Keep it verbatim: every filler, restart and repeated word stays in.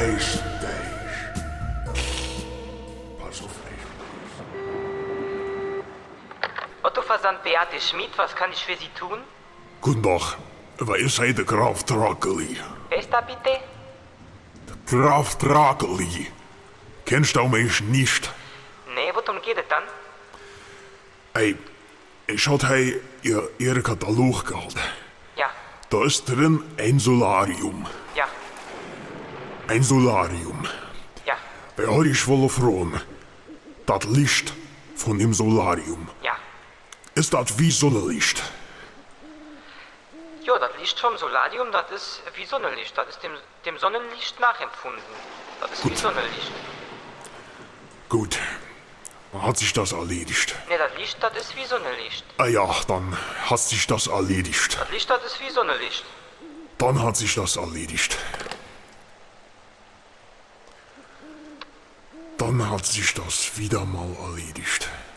Richtig. Pass auf, Ottoversand Beate Schmid, was kann ich für Sie tun? Guten Tag. Wer sei der Graf Drakeli? Wer ist da bitte? Graf Drakeli. Kennst du mich nicht? Nee, worum geht es dann? Ey, ich hatte hey ihr, ihre Katalog gehabt. Ja, Da ist drin ein Solarium. ja, Ein Solarium. ja, Wer hat ich wohl fragen? Das Licht von dem Solarium. ja. Ist das wie Sonnenlicht? Jo, das Licht vom Solarium, das ist wie Sonnenlicht. Das ist dem, dem Sonnenlicht nachempfunden. Das ist wie Sonnenlicht. Gut. Dann hat sich das erledigt. Nee, das Licht, das ist wie Sonnenlicht. Ah ja, dann hat sich das erledigt. Das Licht, das ist wie Sonnenlicht. Dann hat sich das erledigt. Dann hat sich das wieder mal erledigt.